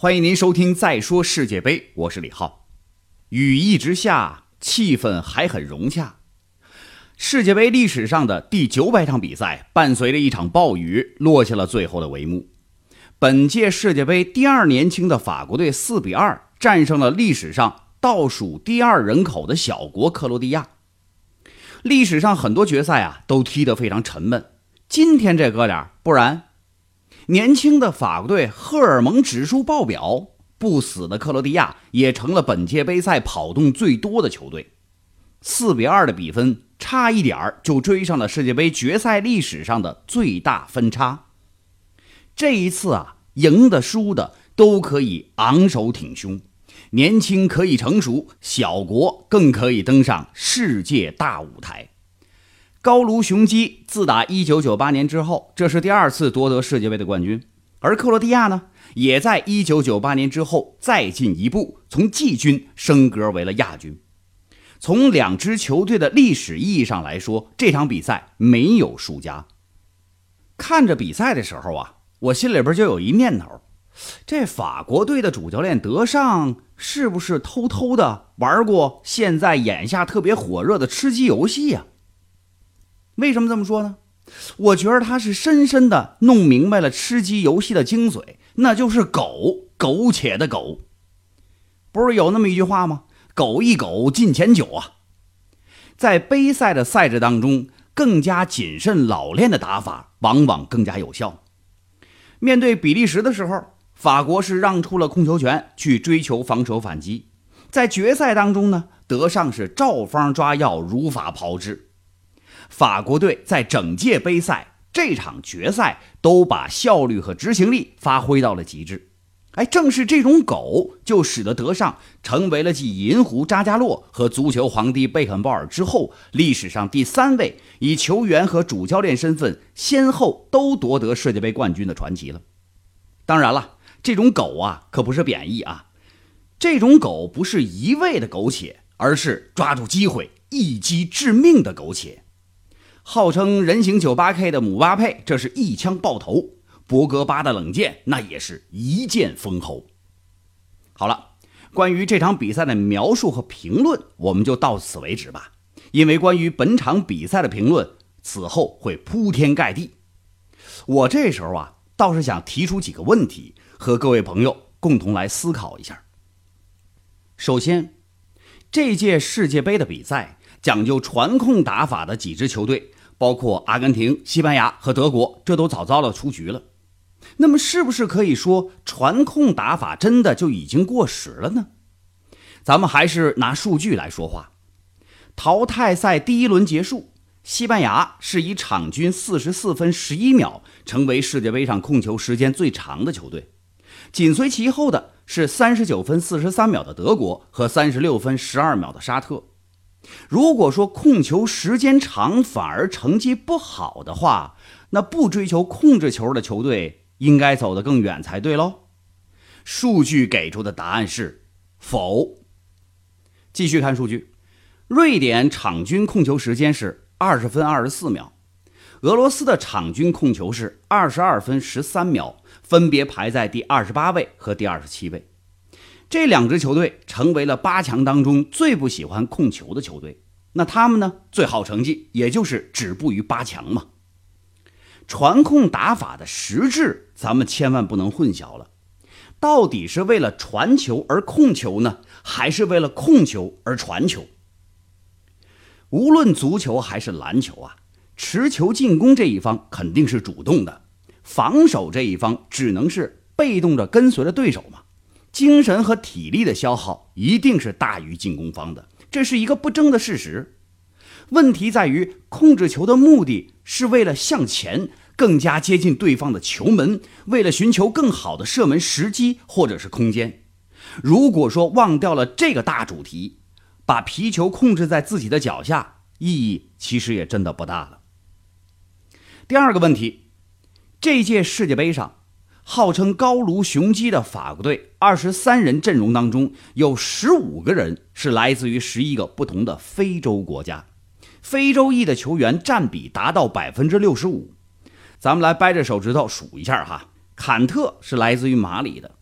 欢迎您收听再说世界杯，我是李浩。雨一直下，气氛还很融洽。世界杯历史上的第900场比赛伴随着一场暴雨落下了最后的帷幕。本届世界杯第二年轻的法国队4-2战胜了历史上倒数第2人口的小国克罗地亚。历史上很多决赛都踢得非常沉闷，今天这哥俩不然。年轻的法国队荷尔蒙指数爆表，不死的克罗地亚也成了本届杯赛跑动最多的球队。4-2的比分差一点就追上了世界杯决赛历史上的最大分差。这一次赢的输的都可以昂首挺胸，年轻可以成熟，小国更可以登上世界大舞台。高卢雄鸡自打1998年之后，这是第2次夺得世界杯的冠军，而克罗地亚呢，也在1998年之后再进一步，从季军升格为了亚军。从两支球队的历史意义上来说，这场比赛没有输家。看着比赛的时候我心里边就有一念头，这法国队的主教练德尚是不是偷偷的玩过现在眼下特别火热的吃鸡游戏呀？为什么这么说呢？我觉得他是深深的弄明白了吃鸡游戏的精髓，那就是苟且的苟。不是有那么一句话吗？苟一苟进前9啊。在杯赛的赛制当中，更加谨慎老练的打法往往更加有效。面对比利时的时候，法国是让出了控球权去追求防守反击。在决赛当中呢，德尚是照方抓药，如法炮制。法国队在整届杯赛这场决赛都把效率和执行力发挥到了极致。正是这种苟，就使得德尚成为了继银狐扎加洛和足球皇帝贝肯鲍尔之后，历史上第3位以球员和主教练身份先后都夺得世界杯冠军的传奇了。当然了，这种苟可不是贬义这种苟不是一味的苟且，而是抓住机会一击致命的苟且。号称人形 98K 的姆巴佩，这是一枪爆头；博格巴的冷箭，那也是一剑封喉。好了，关于这场比赛的描述和评论，我们就到此为止吧。因为关于本场比赛的评论，此后会铺天盖地。我这时候倒是想提出几个问题，和各位朋友共同来思考一下。首先，这届世界杯的比赛讲究传控打法的几支球队，包括阿根廷、西班牙和德国，这都早早的出局了。那么是不是可以说传控打法真的就已经过时了呢？咱们还是拿数据来说话。淘汰赛第1轮结束，西班牙是以场均44分11秒成为世界杯上控球时间最长的球队，紧随其后的是39分43秒的德国和36分12秒的沙特。如果说控球时间长反而成绩不好的话，那不追求控制球的球队应该走得更远才对咯。数据给出的答案是否。继续看数据，瑞典场均控球时间是20分24秒，俄罗斯的场均控球是22分13秒，分别排在第28位和第27位。这两支球队成为了8强当中最不喜欢控球的球队，那他们呢，最好成绩也就是止步于8强嘛。传控打法的实质咱们千万不能混淆了，到底是为了传球而控球呢，还是为了控球而传球？无论足球还是篮球持球进攻这一方肯定是主动的，防守这一方只能是被动着跟随着对手嘛。精神和体力的消耗一定是大于进攻方的，这是一个不争的事实。问题在于控制球的目的是为了向前，更加接近对方的球门，为了寻求更好的射门时机或者是空间。如果说忘掉了这个大主题，把皮球控制在自己的脚下，意义其实也真的不大了。第二个问题，这届世界杯上号称高卢雄鸡的法国队23人阵容当中，有15个人是来自于11个不同的非洲国家，非洲裔的球员占比达到 65%。咱们来掰着手指头数一下坎特是来自于马里的，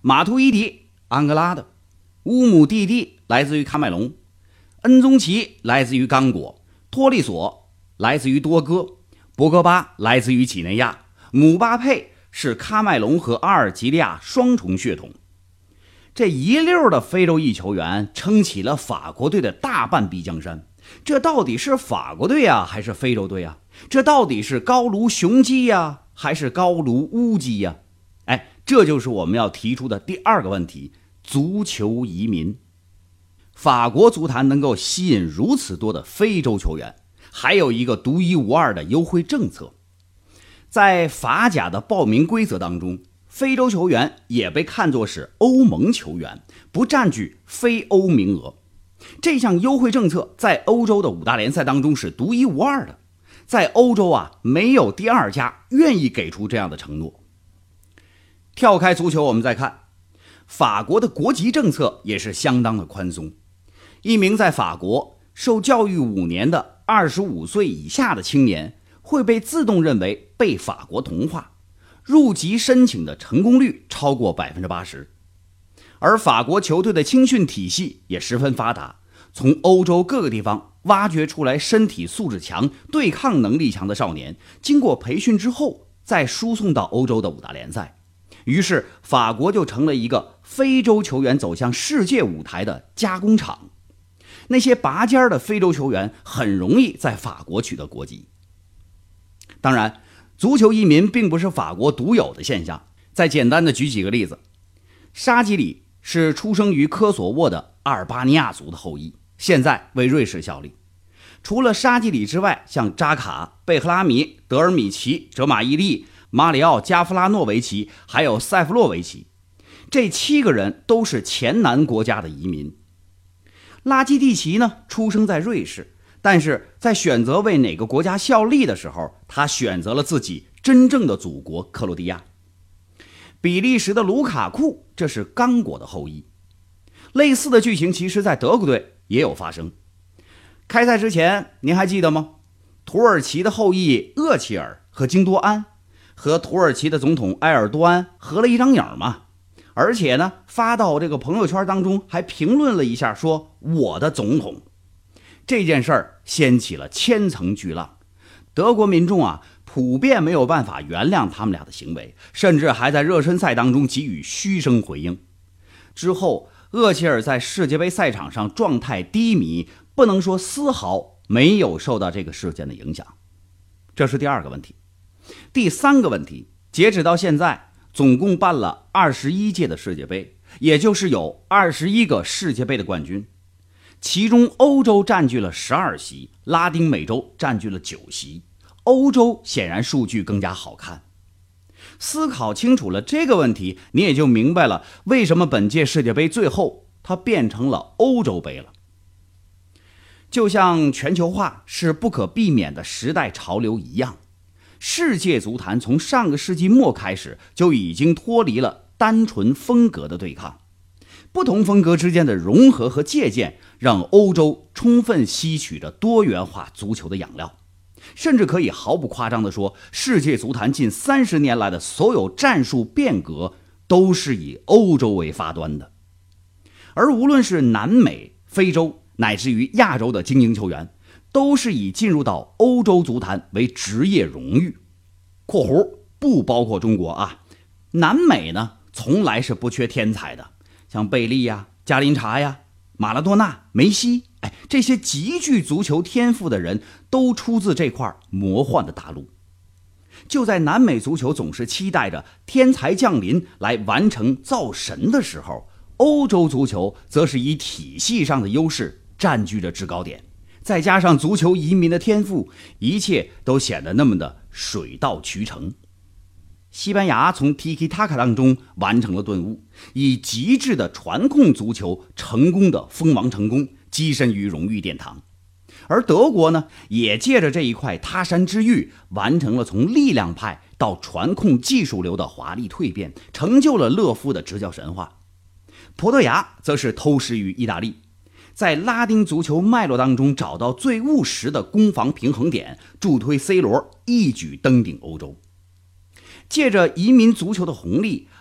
马图伊迪安哥拉的，乌姆蒂蒂来自于喀麦隆，恩宗奇来自于刚果，托利索来自于多哥，博格巴来自于几内亚，姆巴佩是喀麦隆和阿尔及利亚双重血统。这一溜的非洲裔球员撑起了法国队的大半壁江山。这到底是法国队啊，还是非洲队啊？这到底是高卢雄鸡呀，还是高卢乌鸡呀？这就是我们要提出的第二个问题：足球移民。法国足坛能够吸引如此多的非洲球员，还有一个独一无二的优惠政策。在法甲的报名规则当中，非洲球员也被看作是欧盟球员，不占据非欧名额。这项优惠政策在欧洲的5大联赛当中是独一无二的，在欧洲没有第二家愿意给出这样的承诺。跳开足球，我们再看法国的国籍政策也是相当的宽松。一名在法国受教育5年的25岁以下的青年会被自动认为被法国同化，入籍申请的成功率超过 80%。而法国球队的青训体系也十分发达，从欧洲各个地方挖掘出来身体素质强、对抗能力强的少年，经过培训之后再输送到欧洲的5大联赛。于是法国就成了一个非洲球员走向世界舞台的加工厂。那些拔尖的非洲球员很容易在法国取得国籍。当然，足球移民并不是法国独有的现象。再简单的举几个例子，沙基里是出生于科索沃的阿尔巴尼亚族的后裔，现在为瑞士效力。除了沙基里之外，像扎卡、贝赫拉米、德尔米奇、哲马伊利、马里奥·加夫拉诺维奇还有塞夫洛维奇，这7个人都是前南国家的移民。拉基蒂奇呢，出生在瑞士，但是在选择为哪个国家效力的时候，他选择了自己真正的祖国克罗地亚。比利时的卢卡库，这是刚果的后裔。类似的剧情其实在德国队也有发生。开赛之前您还记得吗？土耳其的后裔厄齐尔和京多安和土耳其的总统埃尔多安合了一张影嘛，而且呢发到这个朋友圈当中，还评论了一下说我的总统。这件事儿掀起了千层巨浪，德国民众普遍没有办法原谅他们俩的行为，甚至还在热身赛当中给予嘘声回应。之后厄齐尔在世界杯赛场上状态低迷，不能说丝毫没有受到这个事件的影响。这是第二个问题。第三个问题，截止到现在总共办了21届的世界杯，也就是有21个世界杯的冠军，其中欧洲占据了12席，拉丁美洲占据了9席，欧洲显然数据更加好看。思考清楚了这个问题，你也就明白了为什么本届世界杯最后它变成了欧洲杯了。就像全球化是不可避免的时代潮流一样，世界足坛从上个世纪末开始就已经脱离了单纯风格的对抗，不同风格之间的融合和借鉴，让欧洲充分吸取着多元化足球的养料。甚至可以毫不夸张地说，世界足坛近30年来的所有战术变革都是以欧洲为发端的。而无论是南美、非洲乃至于亚洲的精英球员，都是以进入到欧洲足坛为职业荣誉（括弧不包括中国啊）。南美呢，从来是不缺天才的，像贝利呀、加林查呀、马拉多纳、梅西，这些极具足球天赋的人都出自这块魔幻的大陆。就在南美足球总是期待着天才降临来完成造神的时候，欧洲足球则是以体系上的优势占据着制高点，再加上足球移民的天赋，一切都显得那么的水到渠成。西班牙从 Tiki Taka 当中完成了顿悟，以极致的传控足球成功的封王成功，跻身于荣誉殿堂。而德国呢，也借着这一块他山之玉，完成了从力量派到传控技术流的华丽蜕变，成就了勒夫的执教神话。葡萄牙则是偷师于意大利，在拉丁足球脉络当中找到最务实的攻防平衡点，助推 C 罗一举登顶欧洲。借着移民足球的红利，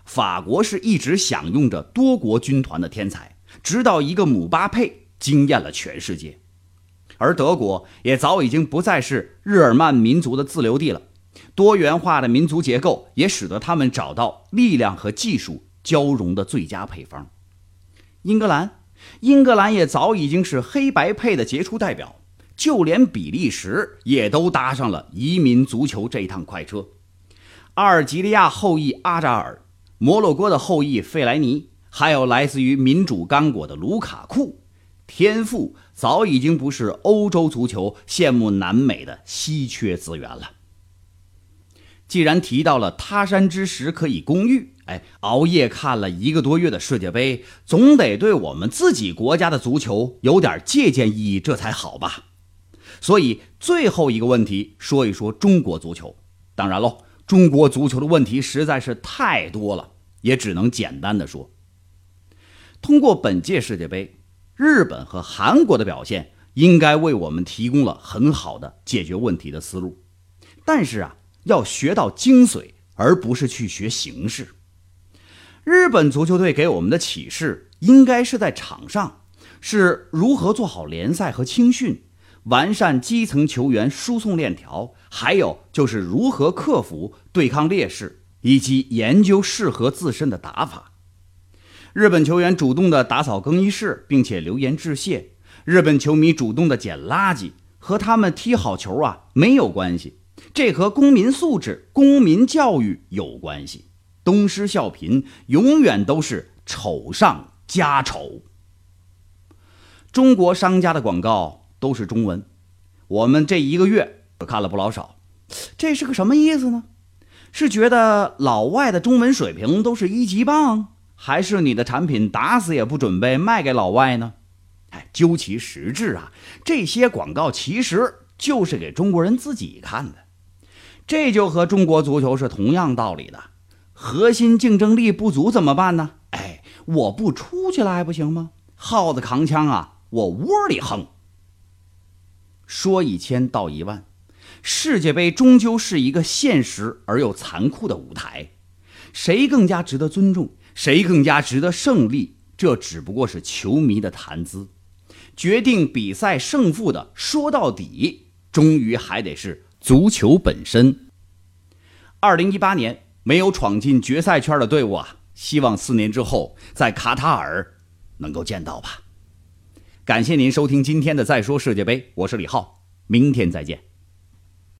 法国是一直享用着多国军团的天才，直到一个姆巴佩惊艳了全世界。而德国也早已经不再是日耳曼民族的自留地了，多元化的民族结构也使得他们找到力量和技术交融的最佳配方。英格兰也早已经是黑白配的杰出代表，就连比利时也都搭上了移民足球这趟快车。阿尔及利亚后裔阿扎尔，摩洛哥的后裔费莱尼，还有来自于民主刚果的卢卡库，天赋早已经不是欧洲足球羡慕南美的稀缺资源了。既然提到了他山之石可以攻玉，熬夜看了1个多月的世界杯，总得对我们自己国家的足球有点借鉴意义，这才好吧。所以最后一个问题，说一说中国足球。当然喽，中国足球的问题实在是太多了，也只能简单的说。通过本届世界杯，日本和韩国的表现应该为我们提供了很好的解决问题的思路。但是要学到精髓，而不是去学形式。日本足球队给我们的启示应该是在场上，是如何做好联赛和青训，完善基层球员输送链条，还有就是如何克服对抗劣势，以及研究适合自身的打法。日本球员主动的打扫更衣室，并且留言致谢，日本球迷主动的捡垃圾，和他们踢好球没有关系，这和公民素质、公民教育有关系。东施效颦永远都是丑上加丑。中国商家的广告都是中文，我们这1个月看了不老少，这是个什么意思呢？是觉得老外的中文水平都是1级棒，还是你的产品打死也不准备卖给老外呢？究其实质这些广告其实就是给中国人自己看的。这就和中国足球是同样道理的，核心竞争力不足怎么办呢？我不出去了还不行吗？耗子扛枪我窝里横。说1000道1万，世界杯终究是一个现实而又残酷的舞台，谁更加值得尊重，谁更加值得胜利，这只不过是球迷的谈资。决定比赛胜负的，说到底终于还得是足球本身。2018年没有闯进决赛圈的队伍希望4年之后在卡塔尔能够见到吧。感谢您收听今天的再说世界杯，我是李浩，明天再见。